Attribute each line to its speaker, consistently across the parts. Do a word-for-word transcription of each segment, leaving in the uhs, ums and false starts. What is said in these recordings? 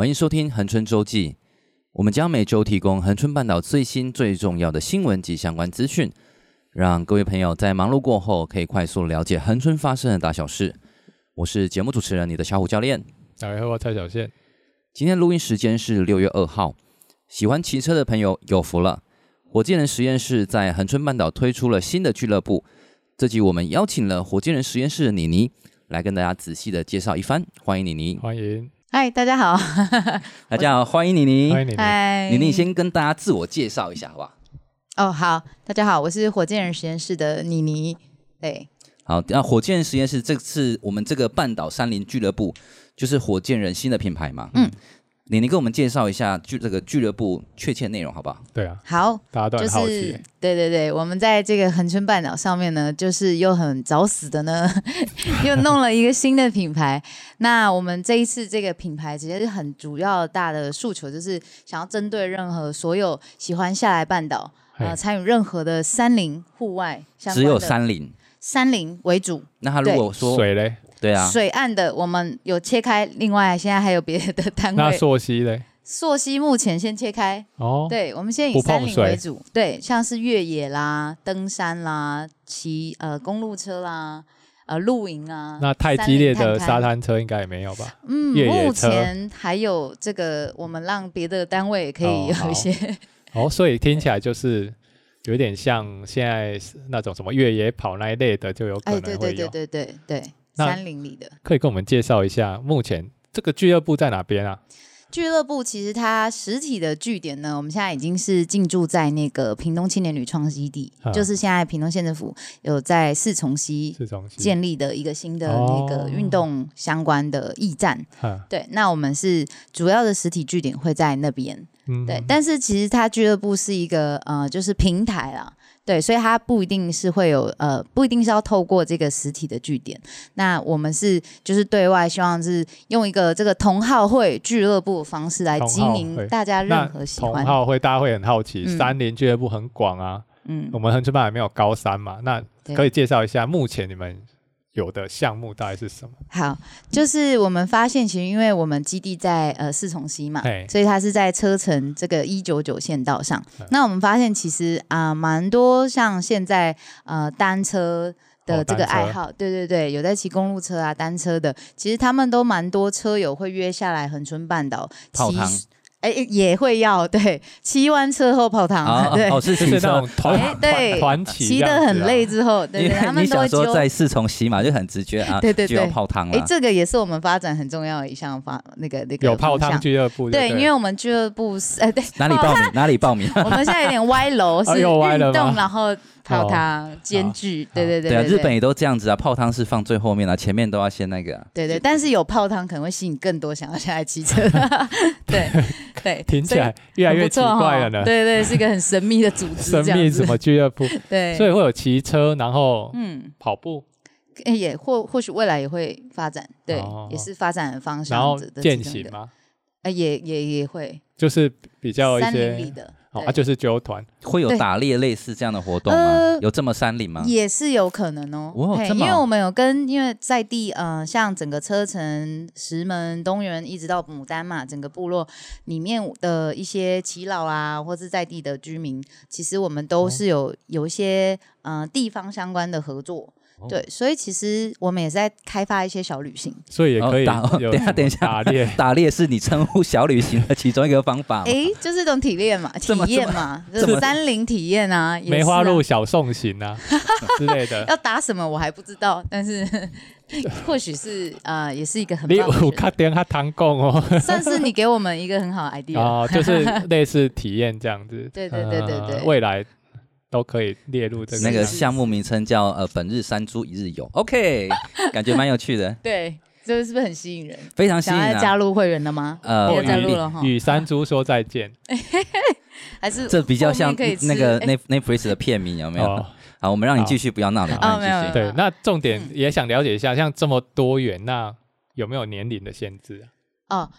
Speaker 1: 欢迎收听恒春周记，我们将每周提供恒春半岛最新最重要的新闻及相关资讯，让各位朋友在忙碌过后可以快速了解恒春发生的大小事。我是节目主持人你的小虎教练，
Speaker 2: 大家好，我蔡小宪。
Speaker 1: 今天录音时间是六月二号，喜欢骑车的朋友有福了。火箭人实验室在恒春半岛推出了新的俱乐部，这集我们邀请了火箭人实验室的妮妮来跟大家仔细的介绍一番。欢迎妮妮。
Speaker 2: 欢迎。
Speaker 3: 嗨，大家好。
Speaker 1: 大家好，欢迎妮妮。
Speaker 2: 欢迎妮妮。
Speaker 3: 嗨，
Speaker 1: 妮妮先跟大家自我介绍一下好不好？
Speaker 3: 哦，好，大家好，我是火箭人实验室的妮妮。对，
Speaker 1: 好，那火箭人实验室这次我们这个半岛山林俱乐部就是火箭人新的品牌嘛。嗯，妮妮跟我们介绍一下这个俱乐部确切内容好不好？
Speaker 2: 对啊，
Speaker 3: 好，
Speaker 2: 大家都很好奇、
Speaker 3: 就是。对对对，我们在这个恒春半岛上面呢，就是又很早死的呢，又弄了一个新的品牌。那我们这一次这个品牌，其实是很主要大的诉求，就是想要针对任何所有喜欢下来半岛呃参与任何的山林户外相关的，
Speaker 1: 只有山林，
Speaker 3: 山林为主。
Speaker 1: 那他如果说
Speaker 2: 水嘞？
Speaker 1: 对啊，
Speaker 3: 水岸的我们有切开，另外现在还有别的单位。
Speaker 2: 那溯溪嘞？
Speaker 3: 溯溪目前先切开哦，对，我们现在以山林为主，对，像是越野啦、登山啦、骑呃公路车啦、呃露营啊。
Speaker 2: 那太激烈的沙滩车应该也没有吧？
Speaker 3: 嗯，目前还有这个，我们让别的单位也可以有一些。
Speaker 2: 哦，哦所以听起来就是有点像现在那种什么越野跑那一类的，就有可能会有。哎，
Speaker 3: 对对对对对对，山林里的。可
Speaker 2: 以跟我们介绍一下，目前这个俱乐部在哪边啊？
Speaker 3: 俱乐部其实它实体的据点呢，我们现在已经是进驻在那个屏东青年旅创基地，嗯、就是现在屏东县政府有在四重溪建立的一个新的那个运动相关的驿站。哦、对，那我们是主要的实体据点会在那边。嗯、对，但是其实它俱乐部是一个呃，就是平台啦。对，所以它不一定是会有呃，不一定是要透过这个实体的据点。那我们是就是对外希望是用一个这个同好会俱乐部的方式来经营大家任何喜欢。
Speaker 2: 同好会大家会很好奇，嗯、山林俱乐部很广啊，嗯，我们恒春半岛没有高山嘛，那可以介绍一下目前你们有的项目大概是什么？好，
Speaker 3: 就是我们发现，其实因为我们基地在呃四重溪嘛，所以它是在车城这个一九九县道上。那我们发现，其实啊，蛮、呃、多像现在呃单车的这个爱好，哦、对对对，有在骑公路车啊、单车的，其实他们都蛮多车友会约下来恒春半岛
Speaker 1: 泡汤。
Speaker 3: 哎，也会要对，骑完车后泡汤，
Speaker 1: 哦、
Speaker 3: 对，
Speaker 1: 哦是骑
Speaker 2: 那种团
Speaker 3: 对
Speaker 2: 团骑，
Speaker 3: 骑得很累之后，对对，他们都会
Speaker 1: 揪。你想说在四重溪嘛，就很直觉啊，
Speaker 3: 对对对，
Speaker 1: 就要泡汤了。
Speaker 3: 哎，这个也是我们发展很重要的一项发那个那个
Speaker 2: 有泡汤俱乐部，
Speaker 3: 对，因为我们俱乐部哎对，
Speaker 1: 哪里报名哪里报名？
Speaker 3: 我们现在有点歪楼，是运动然后泡汤兼具，对对对
Speaker 1: 对啊，日本也都这样子啊，泡汤是放最后面啊，前面都要先那个。
Speaker 3: 对对，但是有泡汤可能会吸引更多想要下来骑车，对对，
Speaker 2: 听起来越来越奇怪了呢。
Speaker 3: 对对，是一个很神秘的组织，
Speaker 2: 神秘什么俱乐部？
Speaker 3: 对，
Speaker 2: 所以会有骑车，然后嗯跑步，
Speaker 3: 也或或许未来也会发展，对，也是发展的方向。
Speaker 2: 然后健行吗？
Speaker 3: 呃，也也也会，
Speaker 2: 就是比较一些
Speaker 3: 山林里的。
Speaker 2: 哦，啊，就是揪团
Speaker 1: 会有打猎类似这样的活动吗？呃、有这么山林吗？
Speaker 3: 也是有可能哦。
Speaker 1: 哦
Speaker 3: 因为我们有跟，因为在地呃，像整个车城、石门、东源一直到牡丹嘛，整个部落里面的一些耆老啊，或是在地的居民，其实我们都是有、哦、有一些呃地方相关的合作。对，所以其实我们也是在开发一些小旅行，
Speaker 2: 所以也可以、
Speaker 1: 哦、打。等一下，等一下，打猎，打猎是你称呼小旅行的其中一个方法。
Speaker 3: 哎，就是这种体验嘛，体验嘛，就是山林体验啊，也是啊
Speaker 2: 梅花鹿小送行啊之类的。
Speaker 3: 要打什么我还不知道，但是或许是呃，也是一个很棒的。
Speaker 2: 你有打电话谈讲哦，
Speaker 3: 算是你给我们一个很好的 idea
Speaker 2: 哦，就是类似体验这样子。
Speaker 3: 对对对对对，
Speaker 2: 呃、未来。都可以列入这个
Speaker 1: 那个项目名称叫呃本日山猪一日游 ，OK， 感觉蛮有趣的。
Speaker 3: 对，这个是不是很吸引人？
Speaker 1: 非常吸引人、啊。
Speaker 3: 想要加入会员了吗？呃，我加入了哈。
Speaker 2: 与山猪说再见，
Speaker 3: 还是
Speaker 1: 这比较像那个 Netflix 的片名有没有？哦、好，我们让你继续，不要闹了，让你继续。
Speaker 2: 对，那重点也想了解一下，像这么多元，那有没有年龄的限制啊？
Speaker 3: 哦。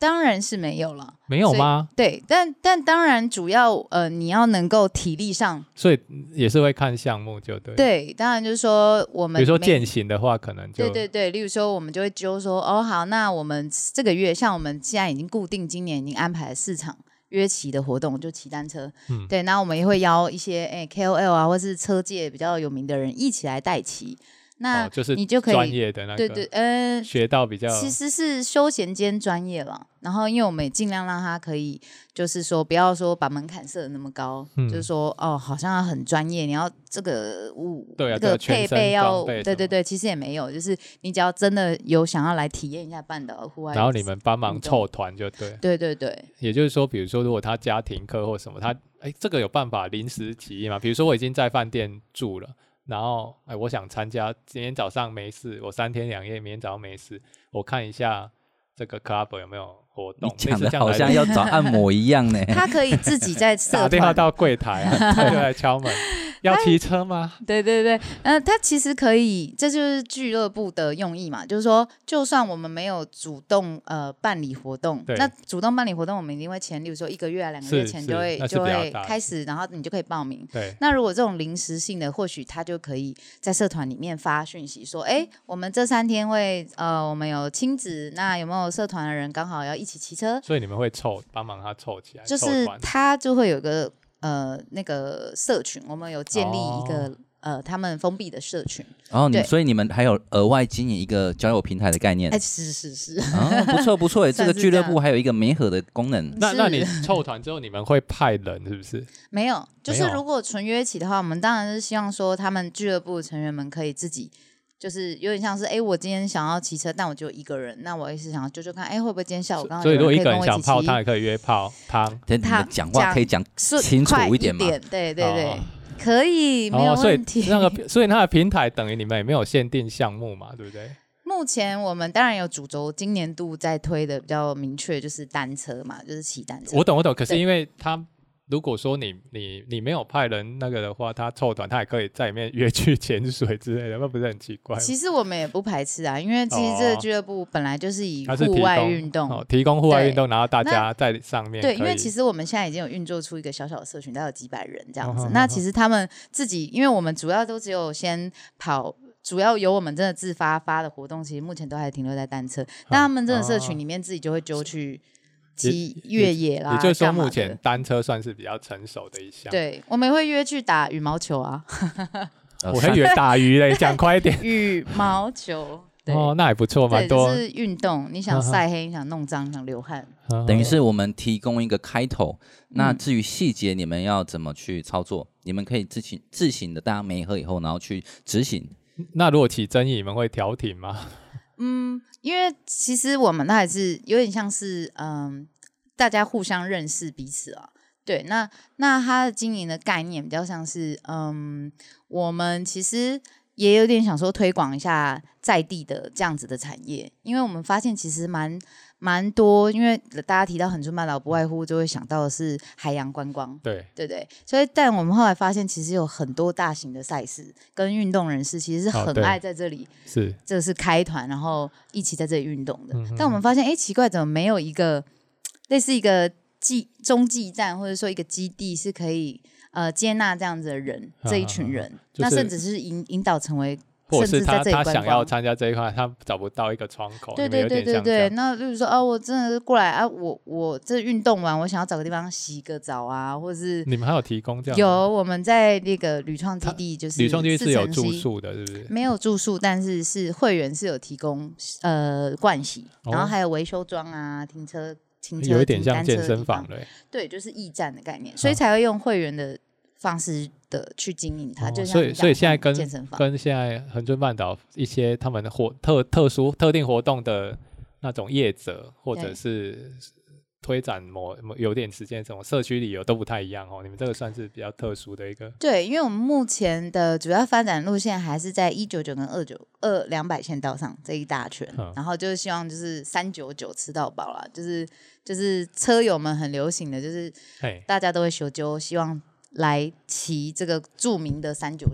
Speaker 3: 当然是没有了，
Speaker 2: 没有吗？
Speaker 3: 对，但但当然主要呃你要能够体力上，
Speaker 2: 所以也是会看项目就对。
Speaker 3: 对，当然就是说我们
Speaker 2: 比如说健行的话，可能就
Speaker 3: 对对对，例如说我们就会揪说哦好，那我们这个月像我们现在已经固定今年已经安排了四场约骑的活动，就骑单车，嗯，对，那我们也会邀一些哎 K O L 啊，或是车界比较有名的人一起来带骑。那你就可以、
Speaker 2: 哦就是、专业的那个，
Speaker 3: 对对，呃，
Speaker 2: 学到比较
Speaker 3: 其实是休闲兼专业了。然后，因为我们也尽量让他可以，就是说不要说把门槛设得那么高，嗯、就是说哦，好像很专业，你要这个物，
Speaker 2: 对啊，
Speaker 3: 这个配备要，对对对，其实也没有，就是你只要真的有想要来体验一下半岛的户外，
Speaker 2: 然后你们帮忙凑团就对，
Speaker 3: 对对对。
Speaker 2: 也就是说，比如说如果他家庭课或什么，他哎这个有办法临时起意吗？比如说我已经在饭店住了。然后，哎，我想参加，今天早上没事，我三天两夜，明天早上没事，我看一下这个 club 有没有活动。
Speaker 1: 你讲的好像要找按摩一样呢。
Speaker 3: 他可以自己在社团
Speaker 2: 打电话到柜台啊，他就来敲门。要骑车吗？
Speaker 3: 对对对，呃，他其实可以，这就是俱乐部的用意嘛，就是说，就算我们没有主动呃办理活动，那主动办理活动，我们一定会前，例如说一个月啊、两个月前就会就会开始，然后你就可以报名。
Speaker 2: 对。
Speaker 3: 那如果这种临时性的，或许他就可以在社团里面发讯息说，哎，我们这三天会呃，我们有亲子，那有没有社团的人刚好要一起骑车？
Speaker 2: 所以你们会凑帮忙他凑起来，
Speaker 3: 就是他就会有个。呃，那个社群，我们有建立一个、哦、呃，他们封闭的社群。
Speaker 1: 哦，你所以你们还有额外经营一个交友平台的概念？
Speaker 3: 哎，是是是。
Speaker 1: 哦，不错不错耶，这个俱乐部还有一个媒合的功能。
Speaker 2: 那那你凑团之后，你们会派人是不是？
Speaker 3: 没有，就是如果纯约骑的话，我们当然是希望说，他们俱乐部的成员们可以自己。就是有点像是，哎、欸，我今天想要骑车，但我只有一个人，那我也是想要揪揪看，哎、欸，会不会今天下午刚好有人可以跟我一起骑？所以如果一个人想泡汤，
Speaker 2: 也可以约泡汤。
Speaker 1: 他讲话可以讲清楚一点嘛？
Speaker 3: 对对对，哦、可以，没有问题。
Speaker 2: 哦、所以那个，所以它的平台等于你们也没有限定项目嘛，对不对？
Speaker 3: 目前我们当然有主轴，今年度在推的比较明确，就是单车嘛，就是骑单车。
Speaker 2: 我懂，我懂。可是因为它。如果说你你你没有派人那个的话，他凑团他也可以在里面约去潜水之类的，那不是很奇怪吗？
Speaker 3: 其实我们也不排斥啊，因为其实这个俱乐部本来就是以户外运动、
Speaker 2: 哦、提供户外运动，然后大家在上面
Speaker 3: 对，因为其实我们现在已经有运作出一个小小的社群，大概有几百人这样子。哦、那其实他们自己，因为我们主要都只有先跑。主要由我们真的自发发的活动，其实目前都还停留在单车。那、哦、他们真的社群里面自己就会揪去。骑越野啦，
Speaker 2: 也就是说目前单车算是比较成熟的一项。
Speaker 3: 对，我们会约去打羽毛球啊。
Speaker 2: 我还以为打鱼嘞，讲快一点。
Speaker 3: 羽毛球，
Speaker 2: 哦，那也不错，蛮多。
Speaker 3: 就是运动，你想晒黑，你想弄脏，你想流汗，
Speaker 1: 等于是我们提供一个开头。那至于细节，你们要怎么去操作？你们可以自行自行的，大家媒合以后，然后去执行。
Speaker 2: 那如果起争议，你们会调停吗？
Speaker 3: 嗯，因为其实我们那还是有点像是嗯，大家互相认识彼此啊。对，那那它的经营的概念比较像是嗯，我们其实也有点想说推广一下在地的这样子的产业，因为我们发现其实蛮蛮多，因为大家提到恒春半岛，不外乎就会想到的是海洋观光，
Speaker 2: 对
Speaker 3: 对对，所以但我们后来发现，其实有很多大型的赛事跟运动人士其实是很爱在这里，
Speaker 2: 哦、是
Speaker 3: 这是开团，然后一起在这里运动的。嗯、但我们发现，哎，奇怪，怎么没有一个类似一个继中继站，或者说一个基地，是可以呃接纳这样子的人，啊、这一群人，就是、那甚至是引引导成为。
Speaker 2: 或者是他他想要参加这一块，他找不到一个窗口。
Speaker 3: 对对对对对，那就是说啊，我真的是过来啊，我我这运动完，我想要找个地方洗个澡啊，或者是
Speaker 2: 你们还有提供这样？
Speaker 3: 有，我们在那个旅创基地，就是
Speaker 2: 旅创基地是有住宿的，是不是？
Speaker 3: 没有住宿，但是是会员是有提供呃盥洗，然后还有维修装啊，停车停车
Speaker 2: 有一点像健身房的，
Speaker 3: 对，就是驿站的概念，所以才会用会员的方式的去经营它，哦、就像
Speaker 2: 所以所以现在跟
Speaker 3: 健身房
Speaker 2: 跟现在恒春半岛一些他们的活特特殊特定活动的那种业者，或者是推展某有点时间这种社区旅游都不太一样哦。你们这个算是比较特殊的一个。
Speaker 3: 对，因为我们目前的主要发展路线还是在一九九跟二九二两百线道上这一大圈，嗯、然后就是希望就是三九九吃到饱啦，就是就是车友们很流行的，就是大家都会修究，希望。来骑这个著名的三九九，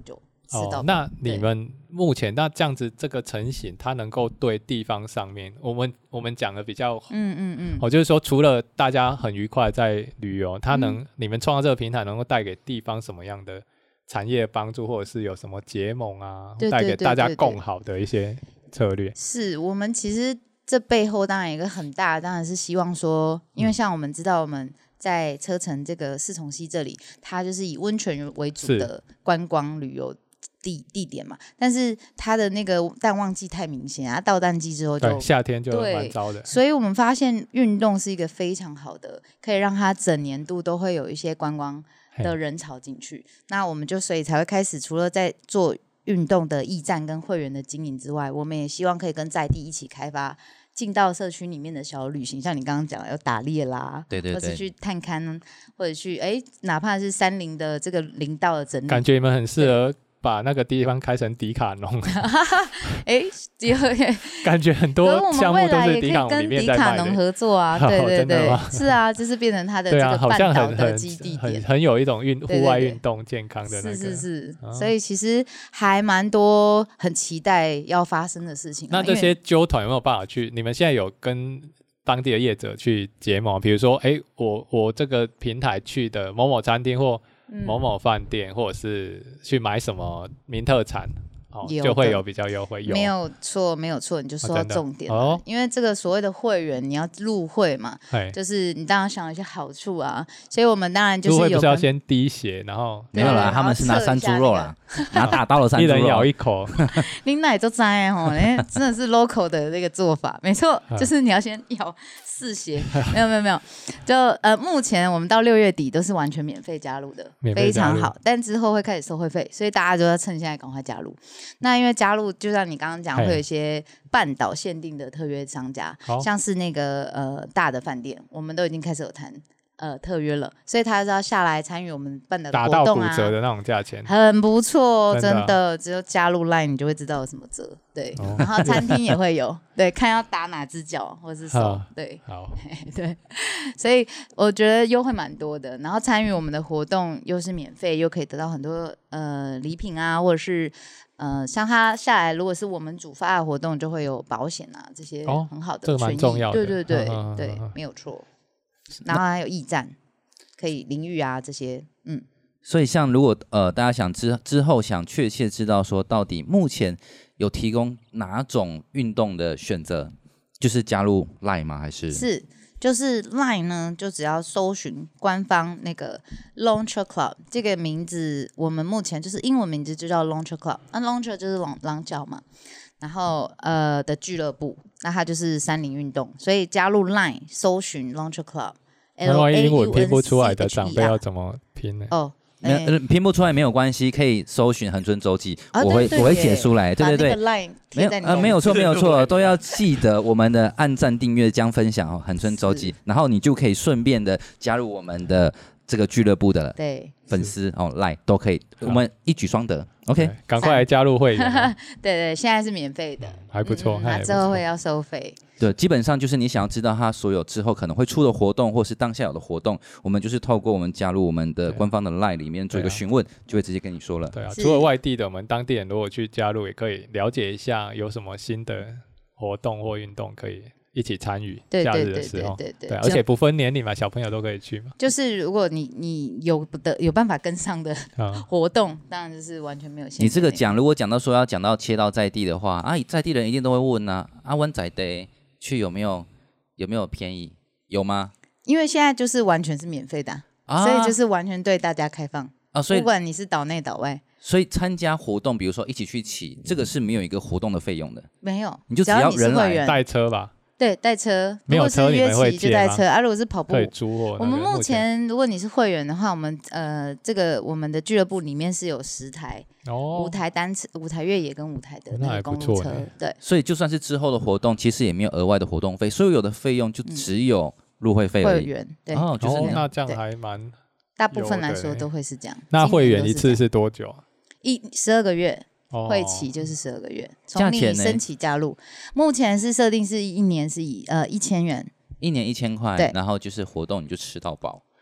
Speaker 3: 吃到饱、
Speaker 2: 哦。那你们目前那这样子这个成型，它能够对地方上面，我们我们讲的比较，嗯嗯嗯，哦，就是说除了大家很愉快在旅游，它能、嗯、你们创造这个平台能够带给地方什么样的产业帮助，或者是有什么结盟啊，带给大家共好的一些策略？
Speaker 3: 是我们其实这背后当然有一个很大，当然是希望说，因为像我们知道我们在车城这个四重溪这里，它就是以温泉为主的观光旅游地地点嘛，但是它的那个淡旺季太明显啊，到淡季之后就
Speaker 2: 对夏天就蛮糟的，
Speaker 3: 所以我们发现运动是一个非常好的，可以让它整年度都会有一些观光的人潮进去。那我们就所以才会开始，除了在做运动的驿站跟会员的经营之外，我们也希望可以跟在地一起开发进到社区里面的小旅行，像你刚刚讲有打猎啦，
Speaker 1: 对对对，
Speaker 3: 或是去探勘，或者去哎，哪怕是山林的这个林道的整理，
Speaker 2: 感觉你们很适合把那个地方开成迪卡侬。
Speaker 3: 哎，
Speaker 2: 感觉很多项目都是迪卡侬里面在卖的。跟迪卡侬
Speaker 3: 合作啊，对对对，是啊，就是变成它的这个半岛的基地点，
Speaker 2: 很很很有一种运户外运动健康的那个，
Speaker 3: 是是是，哦、所以其实还蛮多很期待要发生的事情、啊。
Speaker 2: 那这些揪团有没有办法去？你们现在有跟当地的业者去结盟？比如说，哎，我我这个平台去的某某餐厅或某某饭店、嗯，或者是去买什么名特产。哦、就会有比较优惠，有
Speaker 3: 没有错，没有错，你就说到重点了、啊哦、因为这个所谓的会员，你要入会嘛，就是你当然想有一些好处啊，所以我们当然就是有
Speaker 2: 入会不是要先滴血，然后
Speaker 1: 没有啦，他们是拿山猪肉啦，拿大刀的山猪肉，
Speaker 2: 一人咬一口，
Speaker 3: 你奶就知哦，真的是 local 的那个做法，没错，就是你要先咬四血，没有没有没有，就呃目前我们到六月底都是完全免费加入的，非常好，但之后会开始收会费，所以大家就要趁现在赶快加入。那因为加入，就像你刚刚讲，会有一些半岛限定的特约商家，像是那个呃大的饭店，我们都已经开始有谈呃特约了，所以他是要下来参与我们办的活动啊，
Speaker 2: 打到骨折的那种价钱，
Speaker 3: 很不错，真的，真的只有加入 Line 你就会知道有什么折，对，哦、然后餐厅也会有，对，看要打哪只脚或是手，对，
Speaker 2: 好，
Speaker 3: 对，所以我觉得优惠蛮多的，然后参与我们的活动又是免费，又可以得到很多呃礼品啊，或者是。呃，像他下来，如果是我们主发的活动，就会有保险啊，这些很好的权益，
Speaker 2: 哦、这个蛮重要的，
Speaker 3: 对对对、
Speaker 2: 嗯、
Speaker 3: 对、嗯，没有错。然后还有驿站，可以淋浴啊这些，嗯。
Speaker 1: 所以像如果呃大家想之之后想确切知道说到底目前有提供哪种运动的选择，就是加入 Line 吗？还是
Speaker 3: 是？就是 Line 呢，就只要搜寻官方那个 Launcher Club 这个名字，我们目前就是英文名字就叫 Launcher Club， 那 Launcher 就是狼狼角嘛，然后呃的俱乐部，那它就是山林运动，所以加入 Line 搜寻 Launcher Club，
Speaker 2: L A U N C H E R， 英文拼不出来的长辈要怎么拼呢？
Speaker 3: 哦。
Speaker 1: 没有、呃、拼不出来没有关系，可以搜寻恒春周记、哦、我会我会写出来，对对对，
Speaker 3: 没有
Speaker 1: 呃没有错没有错，都要记得我们的按赞订阅将分享哦，恒春周记，然后你就可以顺便的加入我们的这个俱乐部的
Speaker 3: 对
Speaker 1: 粉丝哦 ，Line 都可以，我们一举双得 ，OK，
Speaker 2: 赶快来加入会员，
Speaker 3: 对对，现在是免费的，
Speaker 2: 嗯、还不错，
Speaker 3: 那、嗯、之后会要收费。
Speaker 1: 对，基本上就是你想要知道他所有之后可能会出的活动，或是当下有的活动，我们就是透过我们加入我们的官方的 Line 里面做一个询问，就会直接跟你说了。
Speaker 2: 对啊，除了外地的，我们当地人如果去加入，也可以了解一下有什么新的活动或运动可以一起参与。假日的时候，对对对，而且不分年龄嘛，小朋友都可以去嘛。
Speaker 3: 就是如果你你有的有办法跟上的活动，嗯、当然就是完全没有限制。
Speaker 1: 你这个讲，如果讲到说要讲到切到在地的话，啊，在地人一定都会问啊，啊，湾仔的。去有没有有没有便宜？有吗？
Speaker 3: 因为现在就是完全是免费的、啊啊，所以就是完全对大家开放啊。所以不管你是岛内岛外，
Speaker 1: 所以参加活动，比如说一起去骑，这个是没有一个活动的费用的。
Speaker 3: 没有，
Speaker 1: 你就只要人来
Speaker 2: 带车吧。
Speaker 3: 对，带车，
Speaker 2: 没有车你们会借吗？
Speaker 3: 就带车啊，如果是跑步，
Speaker 2: 可以租货。
Speaker 3: 我们目前如果你是会员的话，我们呃这个我们的俱乐部里面是有十台哦，五台单车、五台越野跟五台的那个公路车，对。
Speaker 1: 所以就算是之后的活动，其实也没有额外的活动费，所有的费用就只有入会费而已。
Speaker 3: 会员对，
Speaker 1: 哦，就是
Speaker 2: 哦，那这样还蛮，
Speaker 3: 大部分来说都会是这样。
Speaker 2: 那会员一次是多久啊？
Speaker 3: 一十二个月。会期就是十二个月，从你申请加入，目前是设定是一年是以呃一千元，
Speaker 1: 一年一千块，然后就是活动你就吃到饱。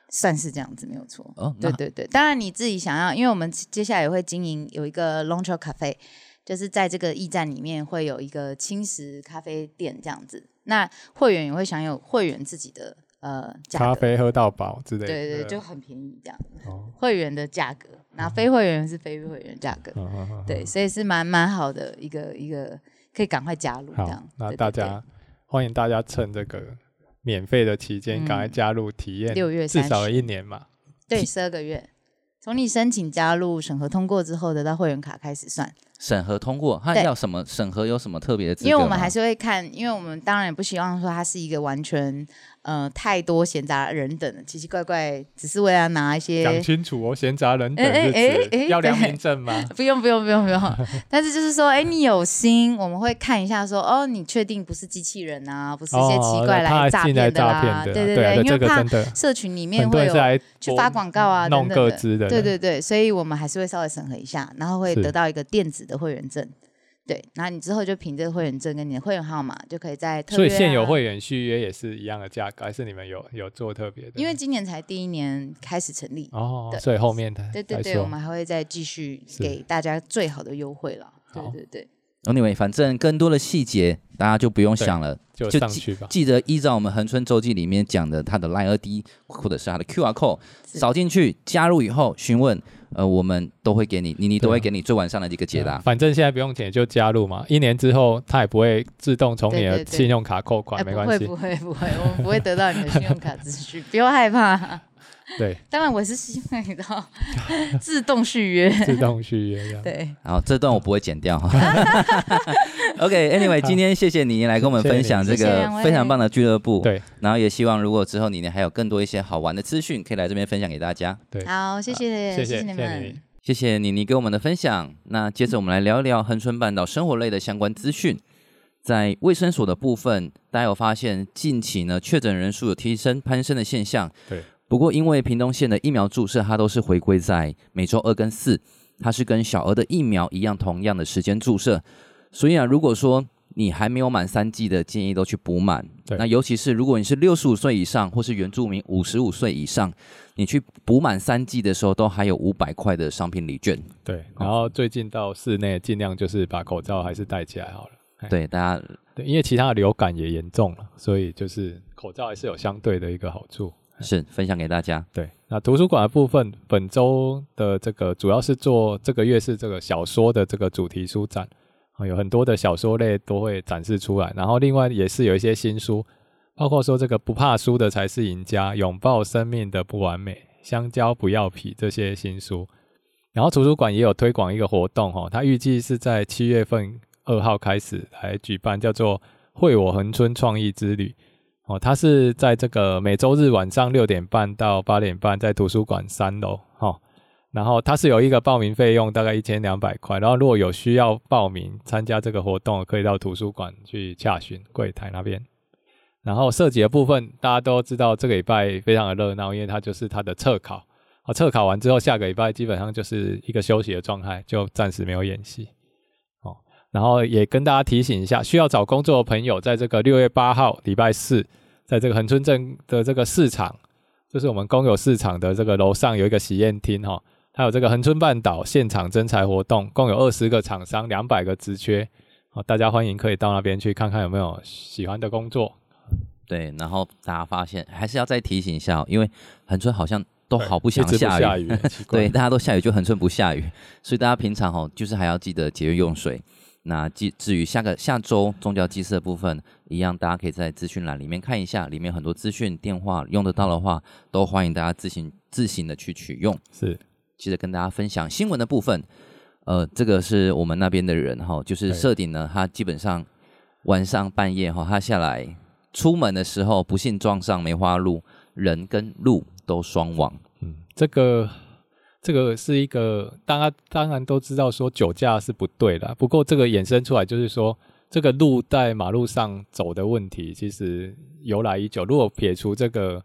Speaker 3: 算是这样子没有错。哦，对对对，当然你自己想要，因为我们接下来也会经营有一个 Launcher Cafe， 就是在这个驿站里面会有一个轻食咖啡店这样子，那会员也会享有会员自己的呃
Speaker 2: 咖啡喝到饱之类的，
Speaker 3: 对对，就很便宜这样。哦，会员的价格，然后非会员是非会员价格，哦，对，所以是蛮蛮好的一个一个，可以赶快加入这样。
Speaker 2: 那大家对对对欢迎大家趁这个免费的期间赶快加入体验，六月至少有一年嘛，
Speaker 3: 对，十二个月，从你申请加入审核通过之后得到会员卡开始算。
Speaker 1: 审核通过，它要什么审核？有什么特别的资格吗？
Speaker 3: 因为我们还是会看，因为我们当然也不希望说它是一个完全呃太多闲杂人等的奇奇怪怪，只是为了拿一些
Speaker 2: 讲清楚哦，闲杂人等是指要良民证吗？
Speaker 3: 不用不用不用不用，但是就是说，哎，你有心，我们会看一下说，哦，你确定不是机器人啊，不是一些奇怪来诈骗的啦，
Speaker 2: 对
Speaker 3: 对对，因为怕社群里面会有去发广告啊等等的，对对对，所以我们还是会稍微审核一下，然后会得到一个电子的会员证。对，然后你之后就凭这个会员证跟你的会员号码就可以在特约、啊、
Speaker 2: 所以现有会员续约也是一样的价格，还是你们有有做特别的？
Speaker 3: 因为今年才第一年开始成立
Speaker 2: 哦，所以后面的
Speaker 3: 对对对，我们还会再继续给大家最好的优惠了。对对对。
Speaker 1: Anyway， 反正更多的细节大家就不用想了，
Speaker 2: 就上去吧。
Speaker 1: 记得依照我们恒春周记里面讲的他的 Line I D 或者是他的 Q R code 扫进去，加入以后询问，呃，我们都会给你，妮妮都会给你最完善的一个解答。
Speaker 2: 反正现在不用钱就加入嘛，一年之后他也不会自动从你的信用卡扣款，
Speaker 3: 对对对，
Speaker 2: 没关系。
Speaker 3: 不会不会不会，我们不会得到你的信用卡资讯，不用害怕。
Speaker 2: 对，
Speaker 3: 当然我是希望你到自动续约，
Speaker 2: 自动续约这样。
Speaker 3: 对，
Speaker 1: 好，这段我不会剪掉。OK，Anyway， 今天谢谢你来跟我们分享这个非常棒的俱乐部。
Speaker 2: 对，
Speaker 1: 然后也希望如果之后你还有更多一些好玩的资讯，可以来这边分享给大家。
Speaker 2: 对，
Speaker 3: 好，谢谢，
Speaker 2: 谢
Speaker 3: 谢你们，
Speaker 1: 谢谢妮妮给我们的分享。那接着我们来聊一聊恒春半岛生活类的相关资讯。在卫生所的部分，大家有发现近期呢确诊人数有提升攀升的现象。
Speaker 2: 对。
Speaker 1: 不过，因为屏东县的疫苗注射，它都是回归在每周二跟四，它是跟小儿的疫苗一样，同样的时间注射。所以啊，如果说你还没有满三剂的，建议都去补满。那尤其是如果你是六十五岁以上，或是原住民五十五岁以上，你去补满三剂的时候，都还有五百块的商品礼券。
Speaker 2: 对，然后最近到室内，尽量就是把口罩还是戴起来好了。
Speaker 1: 对，大家
Speaker 2: 对，因为其他的流感也严重了，所以就是口罩还是有相对的一个好处。
Speaker 1: 是分享给大家。
Speaker 2: 对，那图书馆的部分，本周的这个主要是做这个月是这个小说的这个主题书展，有很多的小说类都会展示出来，然后另外也是有一些新书，包括说这个不怕输的才是赢家，拥抱生命的不完美，香蕉不要皮这些新书。然后图书馆也有推广一个活动，它预计是在七月份二号开始来举办，叫做会我恒春创意之旅。哦，它是在这个每周日晚上六点半到八点半，在图书馆三楼。哦，然后它是有一个报名费用，大概一千两百块。然后如果有需要报名参加这个活动，可以到图书馆去洽询柜台那边。然后设计的部分，大家都知道这个礼拜非常的热闹，因为它就是它的测考。哦，测考完之后，下个礼拜基本上就是一个休息的状态，就暂时没有演戏。哦，然后也跟大家提醒一下，需要找工作的朋友，在这个六月八号礼拜四，在这个恒春镇的这个市场，就是我们公有市场的这个楼上有一个喜宴厅，哦，它有这个恒春半岛现场征才活动，共有二十个厂商，两百个职缺，哦，大家欢迎可以到那边去看看有没有喜欢的工作。
Speaker 1: 对，然后大家发现还是要再提醒一下，因为恒春好像都好不想下雨，
Speaker 2: 一直不下雨
Speaker 1: 对，大家都下雨，就恒春不下雨，所以大家平常哦，就是还要记得节约用水。那至于下个下周宗教祭祀的部分，一样大家可以在资讯栏里面看一下，里面很多资讯电话用得到的话，都欢迎大家自行自行的去取用。
Speaker 2: 是，
Speaker 1: 接着跟大家分享新闻的部分，呃，这个是我们那边的人哈，就是社顶呢，他基本上晚上半夜哈，他下来出门的时候，不幸撞上梅花鹿，人跟鹿都双亡。
Speaker 2: 嗯，这个。这个是一个大家当然都知道说酒驾是不对的，不过这个衍生出来就是说这个路在马路上走的问题其实由来已久。如果撇除这个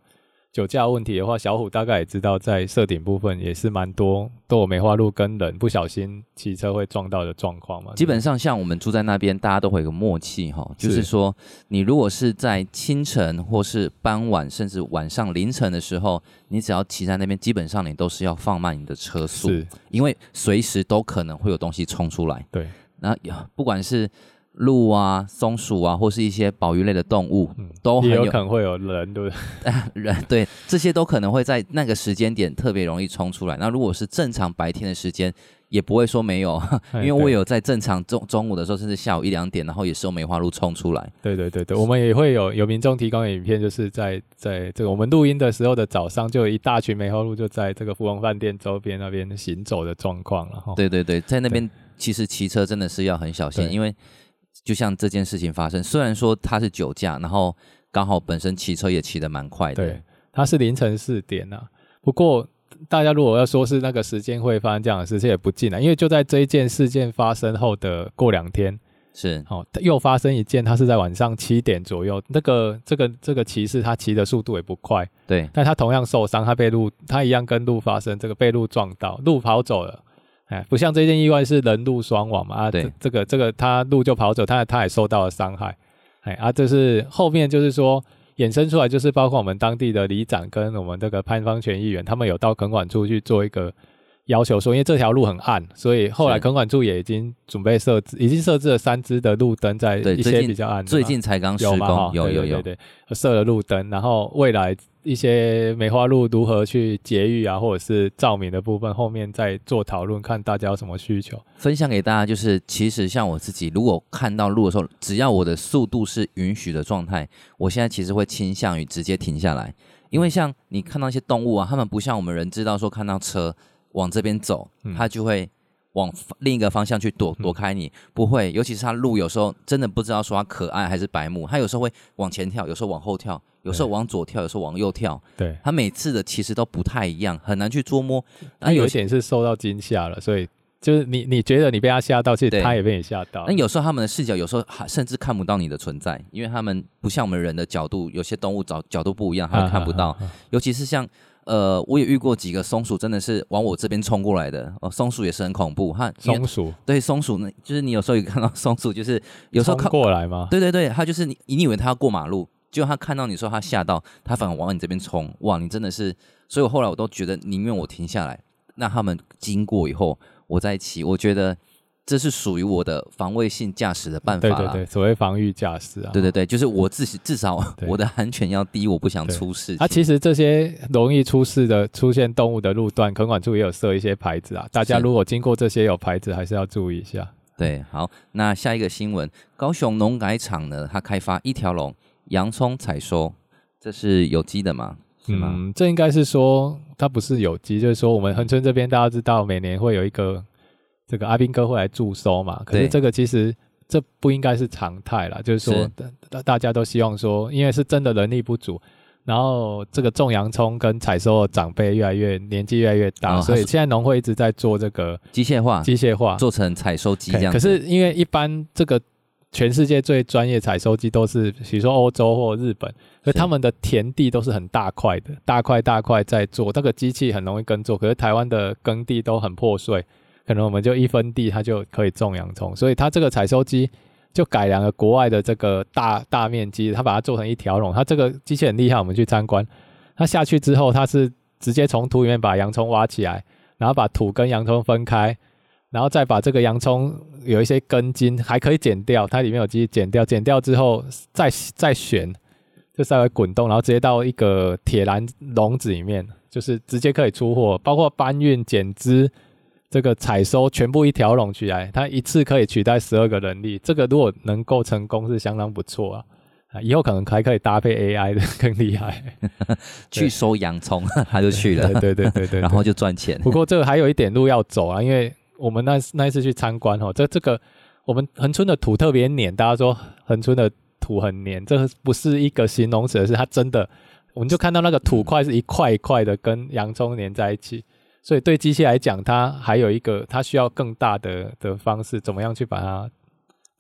Speaker 2: 酒驾问题的话，小虎大概也知道在社顶部分也是蛮多都有梅花鹿跟人不小心骑车会撞到的状况嘛。
Speaker 1: 基本上像我们住在那边，大家都会有个默契哈，就是说你如果是在清晨或是傍晚甚至晚上凌晨的时候，你只要骑在那边，基本上你都是要放慢你的车速，是因为随时都可能会有东西冲出来。
Speaker 2: 对，
Speaker 1: 那不管是鹿啊、松鼠啊，或是一些保育类的动物，嗯、都很有,
Speaker 2: 也有可能会有人，对不对？
Speaker 1: 人对，这些都可能会在那个时间点特别容易冲出来。那如果是正常白天的时间，也不会说没有，因为我有在正常中中午的时候，甚至下午一两点，然后也是有梅花鹿冲出来。
Speaker 2: 对对对对，我们也会有有民众提供的影片，就是在在这个我们录音的时候的早上，就有一大群梅花鹿就在这个福隆饭店周边那边行走的状况了。
Speaker 1: 对对对，在那边其实骑车真的是要很小心，因为就像这件事情发生，虽然说他是酒驾，然后刚好本身骑车也骑得蛮快的。
Speaker 2: 对，他是凌晨四点啊。不过大家如果要说是那个时间会发生这样的事，这也不尽然，因为就在这一件事件发生后的过两天，
Speaker 1: 是
Speaker 2: 哦，又发生一件，他是在晚上七点左右，那个这个这个骑士他骑的速度也不快，
Speaker 1: 对，
Speaker 2: 但他同样受伤，他被鹿，他一样跟鹿发生这个被鹿撞到，鹿跑走了。哎，不像这件意外是人鹿双亡嘛，啊，
Speaker 1: 对，
Speaker 2: 这, 这个这个他鹿就跑走，他他也受到了伤害，哎啊，这是后面就是说衍生出来，就是包括我们当地的里长跟我们这个潘芳泉议员，他们有到垦管处去做一个要求说，因为这条路很暗，所以后来垦管处也已经准备设置，已经设置了三支的路灯在一些比较暗的，
Speaker 1: 最近才刚施工，有有有有，
Speaker 2: 对对对，设了路灯，然后未来一些梅花鹿如何去节育啊，或者是照明的部分，后面再做讨论，看大家有什么需求。
Speaker 1: 分享给大家，就是其实像我自己，如果看到鹿的时候，只要我的速度是允许的状态，我现在其实会倾向于直接停下来，因为像你看到一些动物啊，他们不像我们人知道说看到车往这边走，它就会往另一个方向去躲躲开你，不会，尤其是它鹿有时候真的不知道说它可爱还是白目，它有时候会往前跳，有时候往后跳，有时候往左跳，有时候往右跳，
Speaker 2: 对，
Speaker 1: 它每次的其实都不太一样，很难去捉摸。
Speaker 2: 那有一点是受到惊吓了，所以就是你你觉得你被它吓到，其实它也被你吓到。
Speaker 1: 那有时候他们的视角有时候甚至看不到你的存在，因为他们不像我们人的角度，有些动物角角度不一样，他们看不到。啊啊啊啊尤其是像呃，我也遇过几个松鼠，真的是往我这边冲过来的。哦，松鼠也是很恐怖。它
Speaker 2: 松鼠
Speaker 1: 对松鼠呢，就是你有时候也看到松鼠，就是有时候
Speaker 2: 冲过来吗？
Speaker 1: 对对对，它就是你，你以为它要过马路。就他看到你说他吓到，他反而往你这边冲，哇！你真的是，所以我后来我都觉得宁愿我停下来，让他们经过以后我再骑。我觉得这是属于我的防卫性驾驶的办法啦。
Speaker 2: 对对对，所谓防御驾驶啊。
Speaker 1: 对对对，就是我自己至少我的安全要第一，我不想出事。
Speaker 2: 啊，其实这些容易出事的出现动物的路段，垦管处也有设一些牌子啊，大家如果经过这些有牌子，还是要注意一下。
Speaker 1: 对，好，那下一个新闻，高雄农改场呢，它开发一条龙。洋葱采收，这是有机的吗？是吗？
Speaker 2: 嗯，这应该是说它不是有机，就是说我们恒春这边大家知道，每年会有一个这个阿兵哥会来驻收嘛。可是这个其实这不应该是常态啦，就是说是大家都希望说，因为是真的人力不足，然后这个种洋葱跟采收的长辈越来越年纪越来越大，哦、所以现在农会一直在做这个
Speaker 1: 机械化，
Speaker 2: 机械化
Speaker 1: 做成采收机这样子。
Speaker 2: 可是因为一般这个。全世界最专业采收机都是比如说欧洲或日本，所以他们的田地都是很大块的，大块大块在做，这个机器很容易耕作。可是台湾的耕地都很破碎，可能我们就一分地它就可以种洋葱，所以它这个采收机就改良了国外的这个大大面积，它把它做成一条龙。它这个机器很厉害，我们去参观，它下去之后它是直接从土里面把洋葱挖起来，然后把土跟洋葱分开，然后再把这个洋葱有一些根茎还可以剪掉，它里面有机器剪掉，剪掉之后再再旋，就稍微滚动，然后直接到一个铁栏笼子里面，就是直接可以出货，包括搬运、剪枝、这个采收，全部一条龙起来，它一次可以取代十二个人力。这个如果能够成功，是相当不错啊。以后可能还可以搭配 A I 的更厉害
Speaker 1: 去收洋葱他就去了，
Speaker 2: 对对对 对, 对, 对，
Speaker 1: 然后就赚钱。
Speaker 2: 不过这个还有一点路要走啊，因为我们那那一次去参观哦，这这个我们恒春的土特别黏，大家说恒春的土很黏，这不是一个形容词，而是它真的，我们就看到那个土块是一块一块的跟洋葱黏在一起，所以对机器来讲，它还有一个它需要更大的的方式，怎么样去把它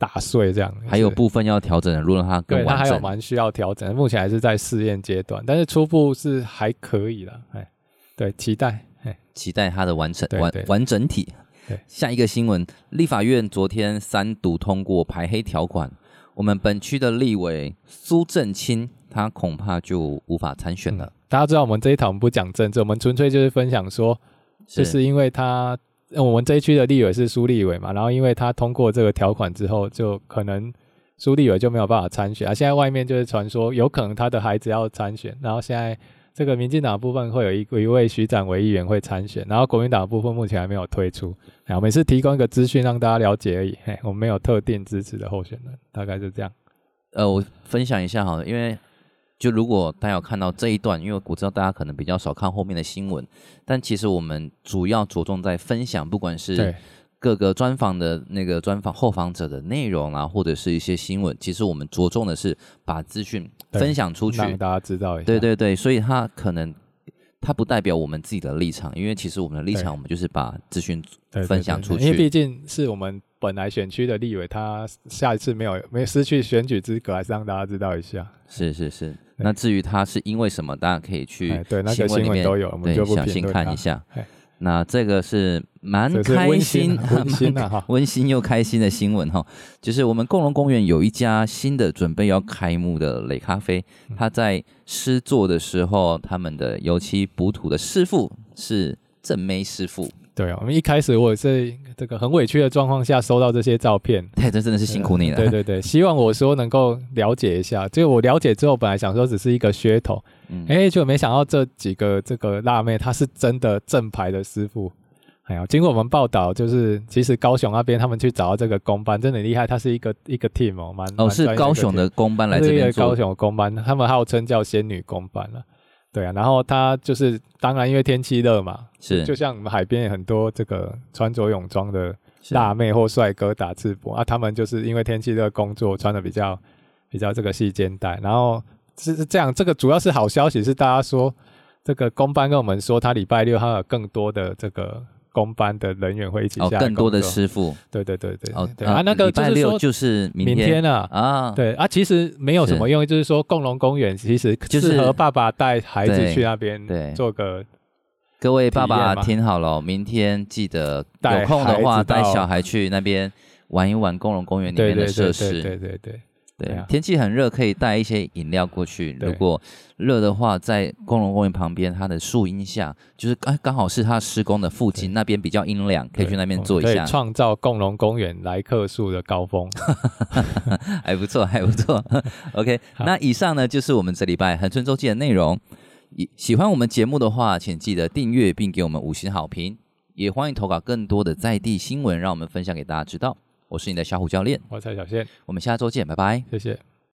Speaker 2: 打碎这样，
Speaker 1: 还有部分要调整的，如果让它更完整，
Speaker 2: 对，它还有蛮需要调整的，目前还是在试验阶段，但是初步是还可以啦。哎，对，期待，哎，
Speaker 1: 期待它的完整完
Speaker 2: 对
Speaker 1: 完整体。
Speaker 2: 对，
Speaker 1: 下一个新闻，立法院昨天三读通过排黑条款，我们本区的立委苏震清，他恐怕就无法参选了。嗯、
Speaker 2: 大家知道我们这一场不讲政治，我们纯粹就是分享说，就是因为他。我们这一区的立委是苏立委嘛，然后因为他通过这个条款之后，就可能苏立委就没有办法参选啊。现在外面就是传说有可能他的孩子要参选，然后现在这个民进党的部分会有一一位徐展为议员会参选，然后国民党的部分目前还没有推出。我们是提供一个资讯让大家了解而已，嘿，我们没有特定支持的候选人，大概是这样。
Speaker 1: 呃，我分享一下好了，因为就如果大家有看到这一段，因为我知道大家可能比较少看后面的新闻，但其实我们主要着重在分享，不管是各个专访的那个专访后访者的内容啊，或者是一些新闻，其实我们着重的是把资讯分享出去，
Speaker 2: 让大家知道一下。
Speaker 1: 对对对，所以它可能它不代表我们自己的立场，因为其实我们的立场，我们就是把资讯分享出去，
Speaker 2: 对对对对，因为毕竟是我们本来选区的立委，他下一次没有没有失去选举资格，还是让大家知道一下。
Speaker 1: 是是是。那至于他是因为什么，大家可以去
Speaker 2: 对那个新闻都有，我们就不
Speaker 1: 小心看一下。那这个是蛮开心、
Speaker 2: 温馨啊，
Speaker 1: 温馨又开心的新闻哈，就是我们共荣公园有一家新的准备要开幕的磊咖啡，他在施作的时候，他们的油漆补土的师傅是郑妹师傅。
Speaker 2: 对啊，我们一开始我是这个很委屈的状况下收到这些照片，
Speaker 1: 对，这真的是辛苦你了。
Speaker 2: 对对对，希望我说能够了解一下。就我了解之后，本来想说只是一个噱头，嗯，哎，就没想到这几个这个辣妹，她是真的正牌的师傅。哎呀，经过我们报道，就是其实高雄那边他们去找到这个工班，真的很厉害，它是一个一个 team 哦，蛮
Speaker 1: 哦是高雄的工班来这边做，
Speaker 2: 高雄的工班，他们号称叫仙女工班了。对啊，然后他就是当然因为天气热嘛，
Speaker 1: 是
Speaker 2: 就像我们海边有很多这个穿着泳装的辣妹或帅哥打赤膊啊，他们就是因为天气热工作穿的比较比较这个细肩带，然后是这样，这个主要是好消息是大家说这个工班跟我们说他礼拜六他有更多的这个工班的人员会一起下来工作，
Speaker 1: 哦，更多的师傅，
Speaker 2: 对对对对，
Speaker 1: 哦
Speaker 2: 对啊，那个
Speaker 1: 礼拜六就是明天，
Speaker 2: 明天啊
Speaker 1: 啊，
Speaker 2: 对啊，其实没有什么用，就是说共荣公园其实适合爸爸带孩子去那边做个。
Speaker 1: 各位爸爸听好了，明天记得有空的话带小孩去那边玩一玩共荣公园里面的设施。
Speaker 2: 对对对对对。
Speaker 1: 对，天气很热，可以带一些饮料过去。如果热的话，在共荣公园旁边，它的树荫下，就是刚刚好是它施工的附近，那边比较阴凉，可以去那边坐一下，
Speaker 2: 可以创造共荣公园来客数的高峰，
Speaker 1: 还不错，还不错。OK， 那以上呢就是我们这礼拜恒春周记的内容。喜欢我们节目的话，请记得订阅并给我们五星好评，也欢迎投稿更多的在地新闻，让我们分享给大家知道。我是你的小虎教练，
Speaker 2: 我是蔡小宪，
Speaker 1: 我们下周见，拜拜，
Speaker 2: 谢谢。